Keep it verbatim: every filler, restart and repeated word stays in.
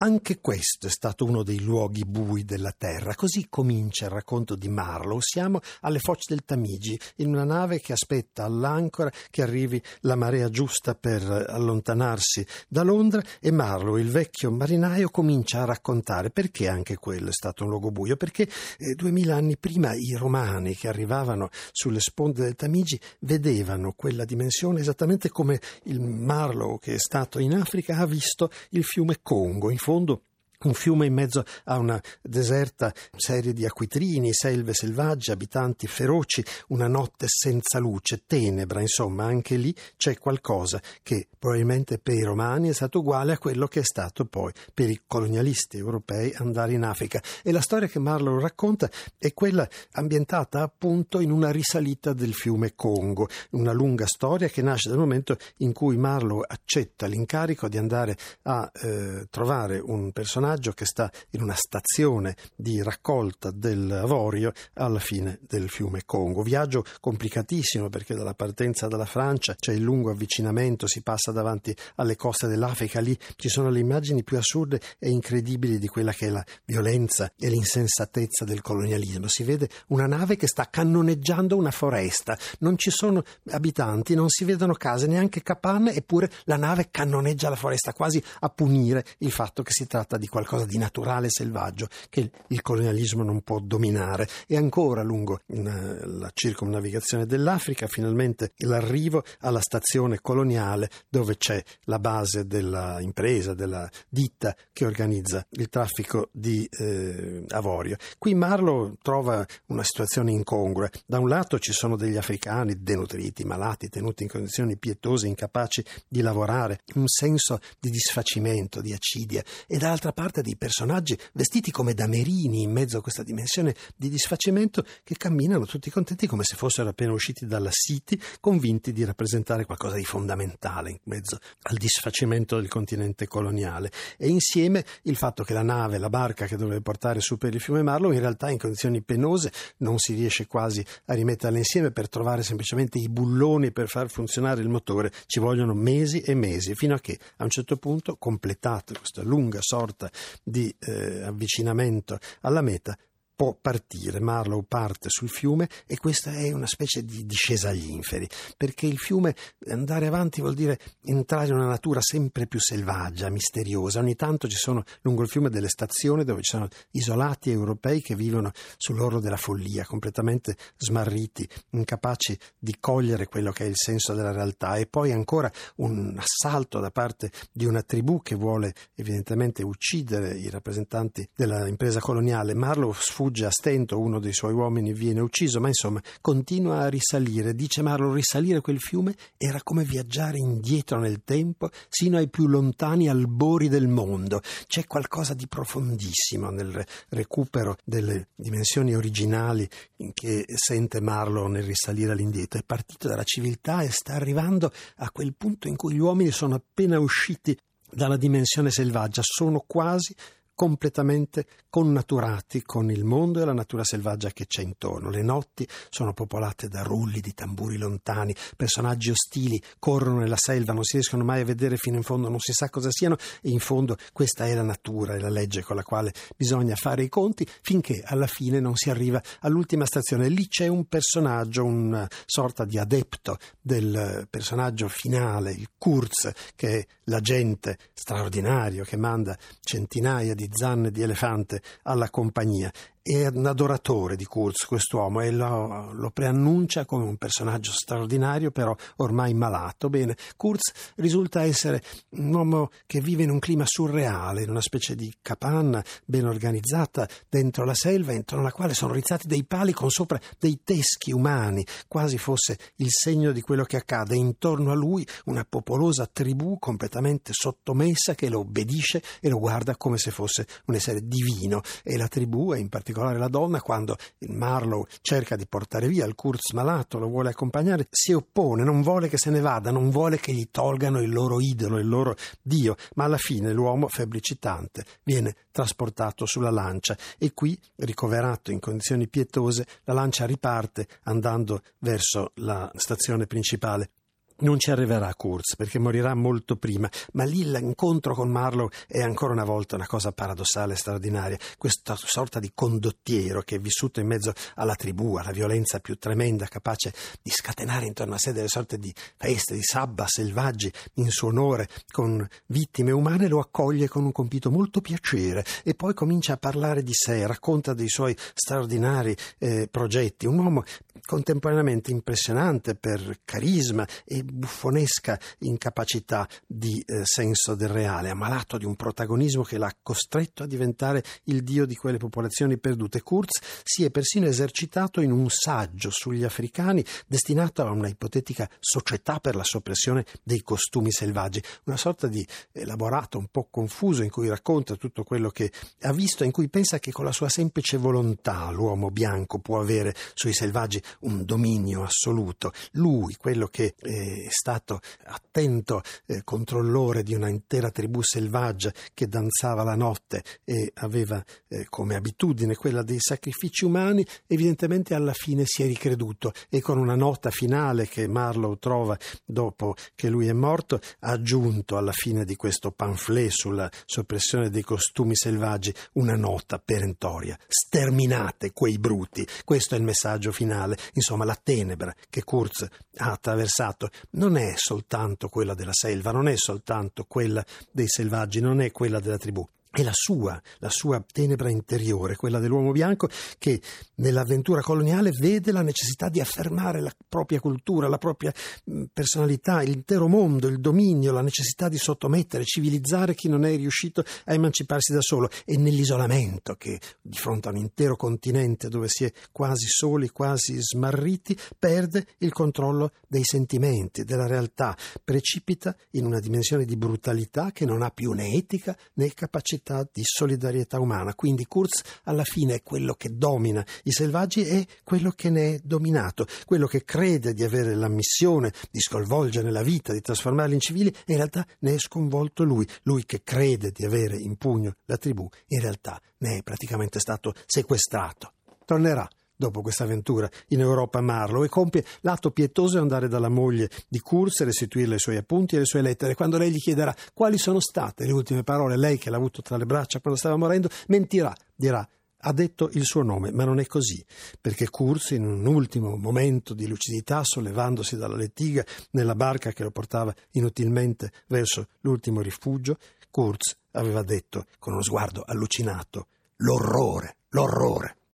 Anche questo è stato uno dei luoghi bui della terra. Così comincia il racconto di Marlowe. Siamo alle foci del Tamigi, in una nave che aspetta all'ancora che arrivi la marea giusta per allontanarsi da Londra, e Marlowe, il vecchio marinaio, comincia a raccontare perché anche quello è stato un luogo buio, perché eh, duemila anni prima i romani che arrivavano sulle sponde del Tamigi vedevano quella dimensione esattamente come il Marlowe, che è stato in Africa, ha visto il fiume Congo. In fondo un fiume in mezzo a una deserta serie di acquitrini, selve selvagge, abitanti feroci, una notte senza luce, tenebra, insomma anche lì c'è qualcosa che probabilmente per i romani è stato uguale a quello che è stato poi per i colonialisti europei andare in Africa. E la storia che Marlowe racconta è quella ambientata appunto in una risalita del fiume Congo, una lunga storia che nasce dal momento in cui Marlowe accetta l'incarico di andare a eh, trovare un personaggio che sta in una stazione di raccolta dell'avorio alla fine del fiume Congo. Viaggio complicatissimo, perché dalla partenza dalla Francia c'è il lungo avvicinamento, si passa davanti alle coste dell'Africa, lì ci sono le immagini più assurde e incredibili di quella che è la violenza e l'insensatezza del colonialismo. Si vede una nave che sta cannoneggiando una foresta, non ci sono abitanti, non si vedono case, neanche capanne, eppure la nave cannoneggia la foresta, quasi a punire il fatto che si tratta di qualcosa di naturale e selvaggio che il colonialismo non può dominare. E ancora lungo una, la circumnavigazione dell'Africa, finalmente l'arrivo alla stazione coloniale dove c'è la base della impresa, della ditta che organizza il traffico di eh, avorio. Qui Marlowe trova una situazione incongrua. Da un lato ci sono degli africani denutriti, malati, tenuti in condizioni pietose, incapaci di lavorare, un senso di disfacimento, di accidia, e dall'altra parte dei personaggi vestiti come damerini in mezzo a questa dimensione di disfacimento, che camminano tutti contenti come se fossero appena usciti dalla City, convinti di rappresentare qualcosa di fondamentale in mezzo al disfacimento del continente coloniale. E insieme il fatto che la nave, la barca che doveva portare su per il fiume Marlowe, in realtà in condizioni penose, non si riesce quasi a rimetterla insieme. Per trovare semplicemente i bulloni per far funzionare il motore ci vogliono mesi e mesi, fino a che a un certo punto, completato questa lunga sorta di eh, avvicinamento alla meta, può partire. Marlowe parte sul fiume, e questa è una specie di discesa agli inferi, perché il fiume, andare avanti vuol dire entrare in una natura sempre più selvaggia, misteriosa. Ogni tanto ci sono lungo il fiume delle stazioni dove ci sono isolati europei che vivono sull'orlo della follia, completamente smarriti, incapaci di cogliere quello che è il senso della realtà. E poi ancora un assalto da parte di una tribù che vuole evidentemente uccidere i rappresentanti della impresa coloniale. Marlowe sfugge a stento, uno dei suoi uomini viene ucciso, ma insomma continua a risalire. Dice Marlowe: risalire quel fiume era come viaggiare indietro nel tempo sino ai più lontani albori del mondo. C'è qualcosa di profondissimo nel recupero delle dimensioni originali che sente Marlowe nel risalire all'indietro. È partito dalla civiltà e sta arrivando a quel punto in cui gli uomini sono appena usciti dalla dimensione selvaggia, sono quasi completamente connaturati con il mondo e la natura selvaggia che c'è intorno. Le notti sono popolate da rulli di tamburi lontani, personaggi ostili corrono nella selva, non si riescono mai a vedere fino in fondo, non si sa cosa siano, e in fondo questa è la natura, è la legge con la quale bisogna fare i conti, finché alla fine non si arriva all'ultima stazione. Lì c'è un personaggio, una sorta di adepto del personaggio finale, il Kurz, che è l'agente straordinario che manda centinaia di zanne di elefante alla compagnia. È un adoratore di Kurz quest'uomo, e lo, lo preannuncia come un personaggio straordinario, però ormai malato. Bene, Kurz risulta essere un uomo che vive in un clima surreale, in una specie di capanna ben organizzata dentro la selva, intorno alla quale sono rizzati dei pali con sopra dei teschi umani, quasi fosse il segno di quello che accade. Intorno a lui una popolosa tribù completamente sottomessa che lo obbedisce e lo guarda come se fosse un essere divino. E la tribù, e in particolare la donna, quando il Marlowe cerca di portare via il Kurz malato, lo vuole accompagnare, si oppone, non vuole che se ne vada, non vuole che gli tolgano il loro idolo, il loro dio, ma alla fine l'uomo febbricitante viene trasportato sulla lancia, e qui, ricoverato in condizioni pietose, la lancia riparte andando verso la stazione principale. Non ci arriverà Kurz, perché morirà molto prima, ma lì l'incontro con Marlowe è ancora una volta una cosa paradossale e straordinaria. Questa sorta di condottiero che è vissuto in mezzo alla tribù, alla violenza più tremenda, capace di scatenare intorno a sé delle sorte di feste, di sabba selvaggi in suo onore, con vittime umane, lo accoglie con un compito molto piacere e poi comincia a parlare di sé, racconta dei suoi straordinari eh, progetti. Un uomo contemporaneamente impressionante per carisma e buffonesca incapacità di eh, senso del reale, ammalato di un protagonismo che l'ha costretto a diventare il dio di quelle popolazioni perdute. Kurz si è persino esercitato in un saggio sugli africani destinato a una ipotetica società per la soppressione dei costumi selvaggi, una sorta di elaborato un po' confuso in cui racconta tutto quello che ha visto, in cui pensa che con la sua semplice volontà l'uomo bianco può avere sui selvaggi un dominio assoluto. Lui, quello che è stato attento eh, controllore di una intera tribù selvaggia che danzava la notte e aveva eh, come abitudine quella dei sacrifici umani, evidentemente alla fine si è ricreduto e con una nota finale che Marlowe trova dopo che lui è morto ha aggiunto alla fine di questo pamphlet sulla soppressione dei costumi selvaggi una nota perentoria: sterminate quei bruti. Questo è il messaggio finale. Insomma, la tenebra che Kurz ha attraversato non è soltanto quella della selva, non è soltanto quella dei selvaggi, non è quella della tribù. È la sua, la sua tenebra interiore, quella dell'uomo bianco che nell'avventura coloniale vede la necessità di affermare la propria cultura, la propria personalità, l'intero mondo, il dominio, la necessità di sottomettere, civilizzare chi non è riuscito a emanciparsi da solo. E nell'isolamento che di fronte a un intero continente dove si è quasi soli, quasi smarriti, perde il controllo dei sentimenti, della realtà, precipita in una dimensione di brutalità che non ha più né etica né capacità di solidarietà umana. Quindi Kurz alla fine è quello che domina i selvaggi e quello che ne è dominato, quello che crede di avere la missione di sconvolgere la vita, di trasformarli in civili, e in realtà ne è sconvolto lui, lui che crede di avere in pugno la tribù, in realtà ne è praticamente stato sequestrato. Tornerà dopo questa avventura in Europa Marlowe e compie l'atto pietoso di andare dalla moglie di Kurz e restituirle i suoi appunti e le sue lettere. Quando lei gli chiederà quali sono state le ultime parole, lei che l'ha avuto tra le braccia quando stava morendo, mentirà, dirà: ha detto il suo nome, ma non è così, perché Kurz, in un ultimo momento di lucidità, sollevandosi dalla lettiga nella barca che lo portava inutilmente verso l'ultimo rifugio, Kurz aveva detto con uno sguardo allucinato: l'orrore, l'orrore.